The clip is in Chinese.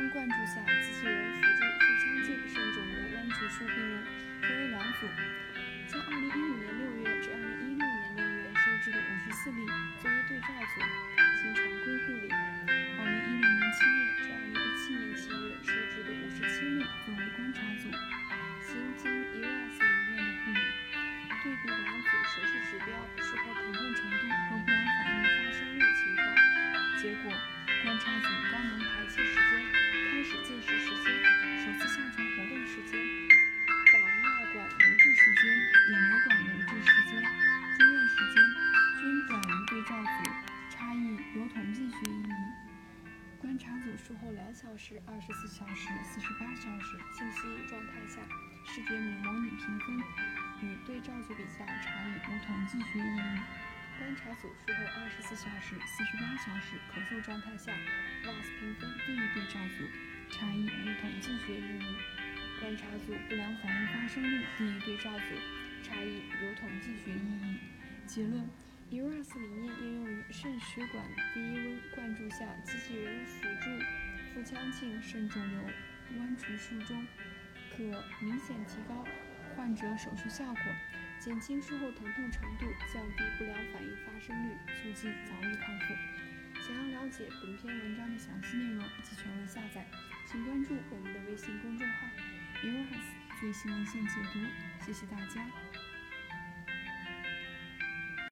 温灌注下机器人辅助腹腔镜肾肿瘤弯曲术病人分为2组，将2015年6月至2016年6月收治的54例作为对照组，新常规护理；2010年7月至2017年7月收治的57例作为观察组，新经 ERAS 理念的护理。对比2组手术指标、术后疼痛程度和不良反应发生率情况，结果观察组肛门排气时间、开始进食时间、首次下床活动时间、导尿管留置时间、引流管留置时间、住院时间均短于对照组，差异有统计学意义。观察组术后2小时、24小时、48小时静息状态下视觉母模拟评分与对照组比较差异无统计学意义。观察组术后24小时、48小时咳嗽状态下 VAS 评分低于对照组，差异无统计学意义。观察组不良反应发生率低于对照组，差异有统计学意义。结论：ERAS 理念应用于肾血管低温灌注下机器人辅助腹腔镜肾肿瘤弯曲术中，可明显提高患者手术效果，减轻术后疼痛程度，降低不良反应发生率，促进早日康复。想要了解本篇文章的详细内容及全文下载，请关注我们的微信公众号 ERAS 最新文献解读。谢谢大家。